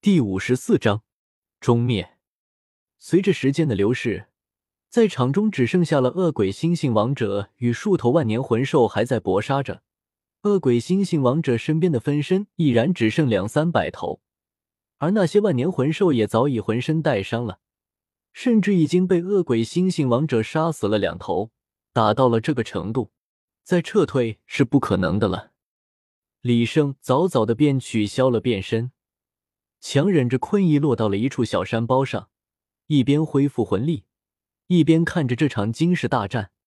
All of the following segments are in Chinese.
第54章终灭。随着时间的流逝，在场中只剩下了恶鬼猩猩王者与数头万年魂兽还在搏杀着。恶鬼猩猩王者身边的分身已然只剩200-300头，而那些万年魂兽也早已浑身带伤了，甚至已经被恶鬼猩猩王者杀死了2头。打到了这个程度，再撤退是不可能的了。李胜早早的便取消了变身，强忍着困意落到了一处小山包上，一边恢复魂力，一边看着这场惊世大战。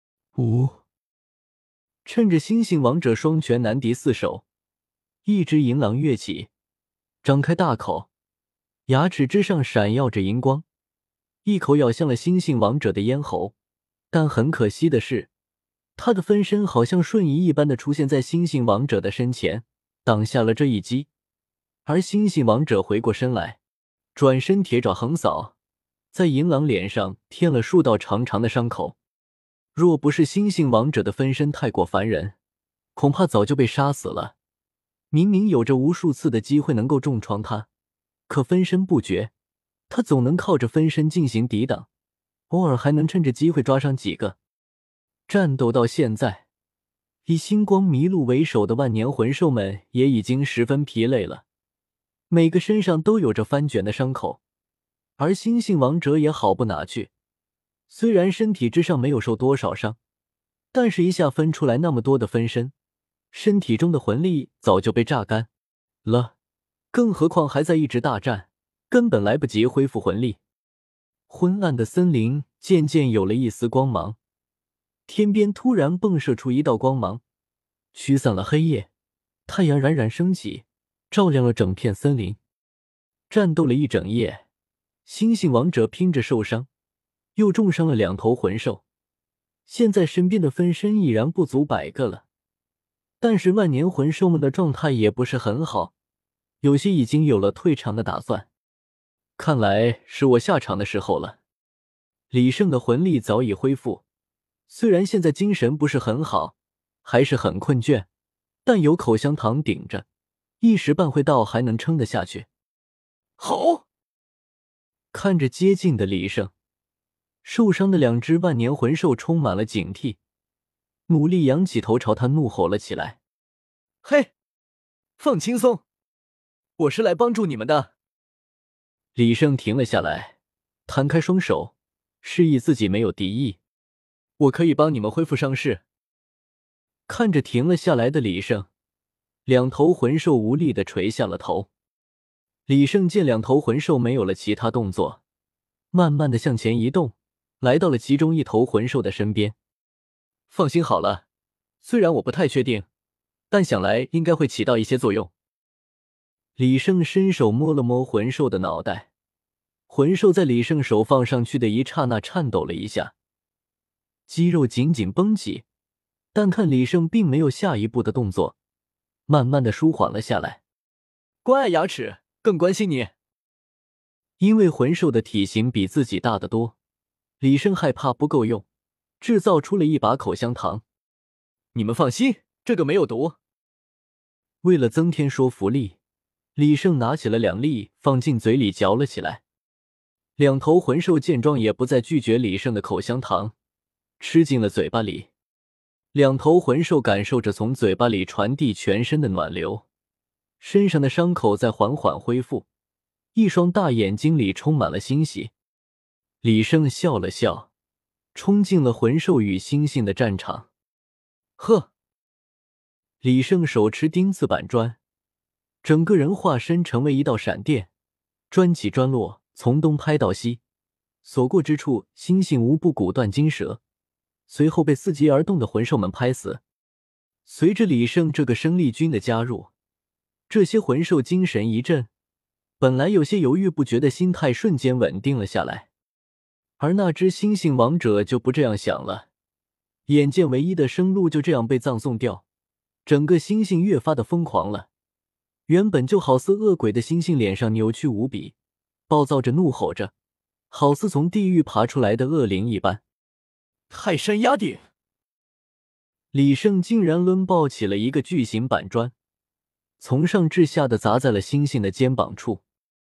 趁着猩猩王者双拳难敌4手，一只银狼跃起，张开大口，牙齿之上闪耀着银光，一口咬向了猩猩王者的咽喉。但很可惜的是，他的分身好像瞬移一般的出现在猩猩王者的身前，挡下了这一击。而猩猩王者回过身来，转身铁爪横扫，在银狼脸上添了数道长长的伤口。若不是猩猩王者的分身太过烦人，恐怕早就被杀死了。明明有着无数次的机会能够重创他，可分身不绝，他总能靠着分身进行抵挡，偶尔还能趁着机会抓上几个。战斗到现在，以星光麋鹿为首的万年魂兽们也已经十分疲累了，每个身上都有着翻卷的伤口，而猩猩王者也好不哪去。虽然身体之上没有受多少伤，但是一下分出来那么多的分身，身体中的魂力早就被榨干了，更何况还在一直大战，根本来不及恢复魂力。昏暗的森林渐渐有了一丝光芒，天边突然迸射出一道光芒，驱散了黑夜，太阳冉冉升起，照亮了整片森林。战斗了一整夜，猩猩王者拼着受伤，又重伤了2头魂兽，现在身边的分身已然不足100个了。但是万年魂兽们的状态也不是很好，有些已经有了退场的打算。看来是我下场的时候了。李胜的魂力早已恢复，虽然现在精神不是很好，还是很困倦，但有口香糖顶着，一时半会倒还能撑得下去。 吼！ 看着接近的李胜，受伤的2只万年魂兽充满了警惕，努力仰起头朝他怒吼了起来。 嘿，放轻松，我是来帮助你们的。 李胜停了下来，摊开双手，示意自己没有敌意。 我可以帮你们恢复伤势。 看着停了下来的李胜，2头魂兽无力地垂下了头。李胜见2头魂兽没有了其他动作，慢慢地向前移动，来到了其中1头魂兽的身边。 放心好了，虽然我不太确定，但想来应该会起到一些作用。 李胜伸手摸了摸魂兽的脑袋，魂兽在李胜手放上去的一刹那颤抖了一下，肌肉紧紧绷起，但看李胜并没有下一步的动作，慢慢的舒缓了下来。 关爱牙齿，更关心你。 因为魂兽的体型比自己大得多，李胜害怕不够用，制造出了一把口香糖。 你们放心，这个没有毒。 为了增添说服力，李胜拿起了2粒放进嘴里嚼了起来。2头魂兽见状也不再拒绝李胜的口香糖，吃进了嘴巴里。2头魂兽感受着从嘴巴里传递全身的暖流，身上的伤口在缓缓恢复，一双大眼睛里充满了欣喜。李胜笑了笑，冲进了魂兽与猩猩的战场。 呵！ 李胜手持钉刺板砖，整个人化身成为一道闪电，砖起砖落，从东拍到西，所过之处猩猩无不骨断筋折，随后被伺机而动的魂兽们拍死。随着李胜这个生力军的加入，这些魂兽精神一振，本来有些犹豫不决的心态瞬间稳定了下来。而那只猩猩王者就不这样想了，眼见唯一的生路就这样被葬送掉，整个猩猩越发的疯狂了。原本就好似恶鬼的猩猩脸上扭曲无比，暴躁着怒吼着，好似从地狱爬出来的恶灵一般。 泰山压顶！ 李胜竟然抡抱起了一个巨型板砖，从上至下的砸在了猩猩的肩膀处。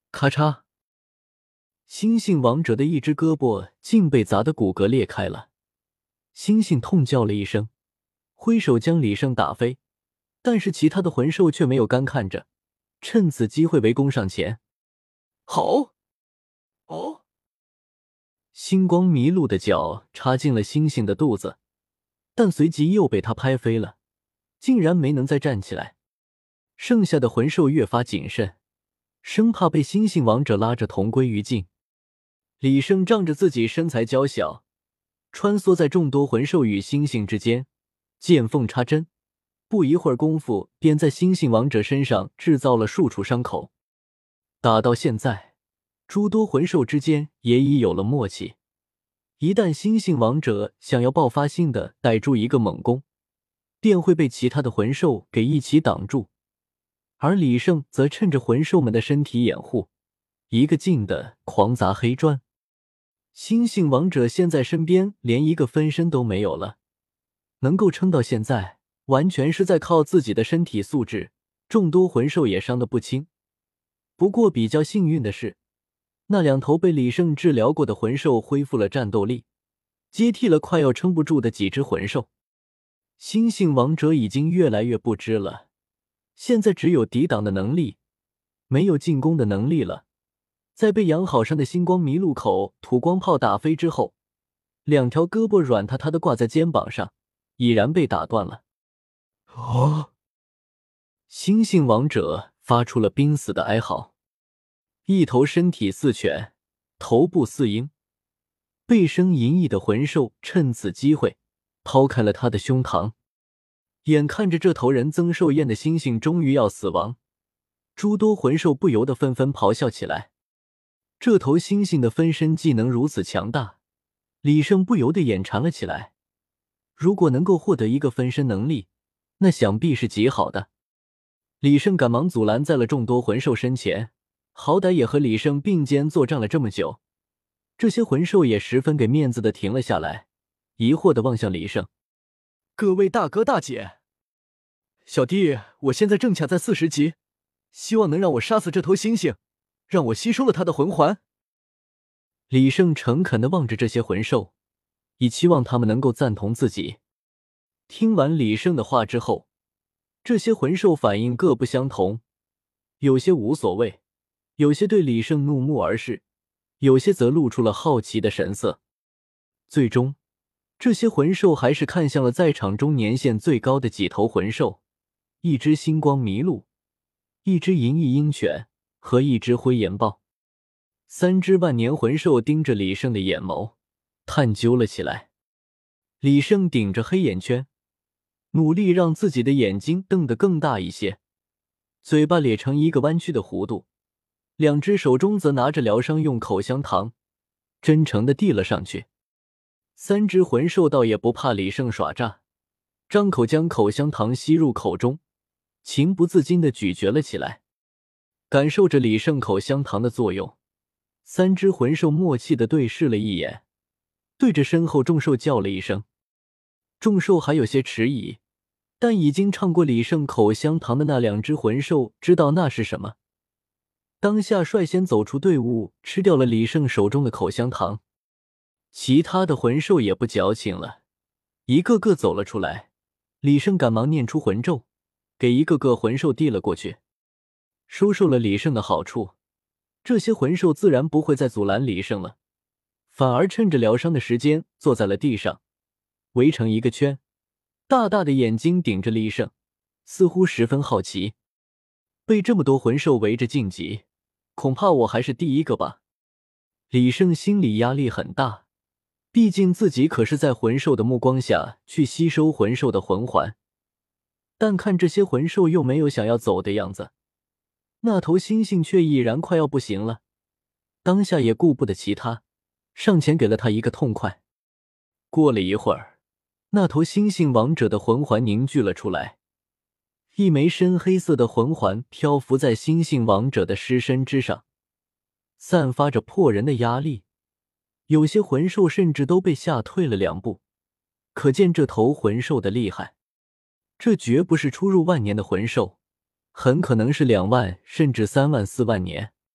咔嚓！猩猩王者的一只胳膊竟被砸得骨骼裂开了。猩猩痛叫了一声，挥手将李胜打飞，但是其他的魂兽却没有干看着，趁此机会围攻上前。 好！哦！ 星光麋鹿的脚插进了猩猩的肚子，但随即又被他拍飞了，竟然没能再站起来。剩下的魂兽越发谨慎，生怕被猩猩王者拉着同归于尽。李胜仗着自己身材娇小，穿梭在众多魂兽与猩猩之间，见缝插针，不一会儿功夫便在猩猩王者身上制造了数处伤口。打到现在，诸多魂兽之间也已有了默契，一旦猩猩王者想要爆发性的逮住一个猛攻，便会被其他的魂兽给一起挡住，而李胜则趁着魂兽们的身体掩护，一个劲的狂砸黑砖。猩猩王者现在身边连一个分身都没有了，能够撑到现在，完全是在靠自己的身体素质，众多魂兽也伤得不轻。不过比较幸运的是，那两头被李胜治疗过的魂兽恢复了战斗力，接替了快要撑不住的几只魂兽。猩猩王者已经越来越不支了，现在只有抵挡的能力，没有进攻的能力了。在被养好伤的星光麋鹿口土光炮打飞之后，两条胳膊软塌塌的挂在肩膀上，已然被打断了。 哦！ 猩猩王者发出了濒死的哀嚎，一头身体似犬，头部似鹰，背生银翼的魂兽趁此机会抛开了他的胸膛。眼看着这头人增寿宴的猩猩终于要死亡，诸多魂兽不由得纷纷咆哮起来。这头猩猩的分身技能如此强大，李胜不由得眼馋了起来。如果能够获得一个分身能力，那想必是极好的。李胜赶忙阻拦在了众多魂兽身前，好歹也和李胜并肩作战了这么久，这些魂兽也十分给面子的停了下来，疑惑地望向李胜。 各位大哥大姐，小弟我现在正卡在40级，希望能让我杀死这头猩猩，让我吸收了他的魂环。 李胜诚恳地望着这些魂兽，以期望他们能够赞同自己。听完李胜的话之后，这些魂兽反应各不相同，有些无所谓，有些对李胜怒目而视，有些则露出了好奇的神色。最终，这些魂兽还是看向了在场中年限最高的几头魂兽，一只星光麋鹿，一只银翼鹰犬和一只灰岩豹。三只万年魂兽盯着李胜的眼眸，探究了起来。李胜顶着黑眼圈，努力让自己的眼睛瞪得更大一些，嘴巴咧成一个弯曲的弧度，两只手中则拿着疗伤用口香糖，真诚地递了上去。三只魂兽倒也不怕李胜耍诈，张口将口香糖吸入口中，情不自禁地咀嚼了起来。感受着李胜口香糖的作用，三只魂兽默契地对视了一眼，对着身后众兽叫了一声。众兽还有些迟疑，但已经尝过李胜口香糖的那两只魂兽知道那是什么，当下率先走出队伍，吃掉了李胜手中的口香糖。其他的魂兽也不矫情了，一个个走了出来。李胜赶忙念出魂咒，给一个个魂兽递了过去。收受了李胜的好处，这些魂兽自然不会再阻拦李胜了，反而趁着疗伤的时间坐在了地上，围成一个圈，大大的眼睛顶着李胜，似乎十分好奇。被这么多魂兽围着晋级，恐怕我还是第一个吧。李胜心里压力很大，毕竟自己可是在魂兽的目光下去吸收魂兽的魂环，但看这些魂兽又没有想要走的样子，那头猩猩却已然快要不行了，当下也顾不得其他，上前给了他一个痛快。过了一会儿，那头猩猩王者的魂环凝聚了出来，一枚深黑色的魂环漂浮在猩猩王者的尸身之上，散发着破人的压力，有些魂兽甚至都被吓退了2步，可见这头魂兽的厉害。这绝不是出入万年的魂兽，很可能是2万甚至3万4万年。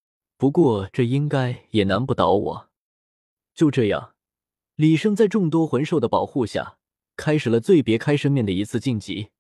不过这应该也难不倒我。就这样，李胜在众多魂兽的保护下，开始了最别开生面的一次晋级。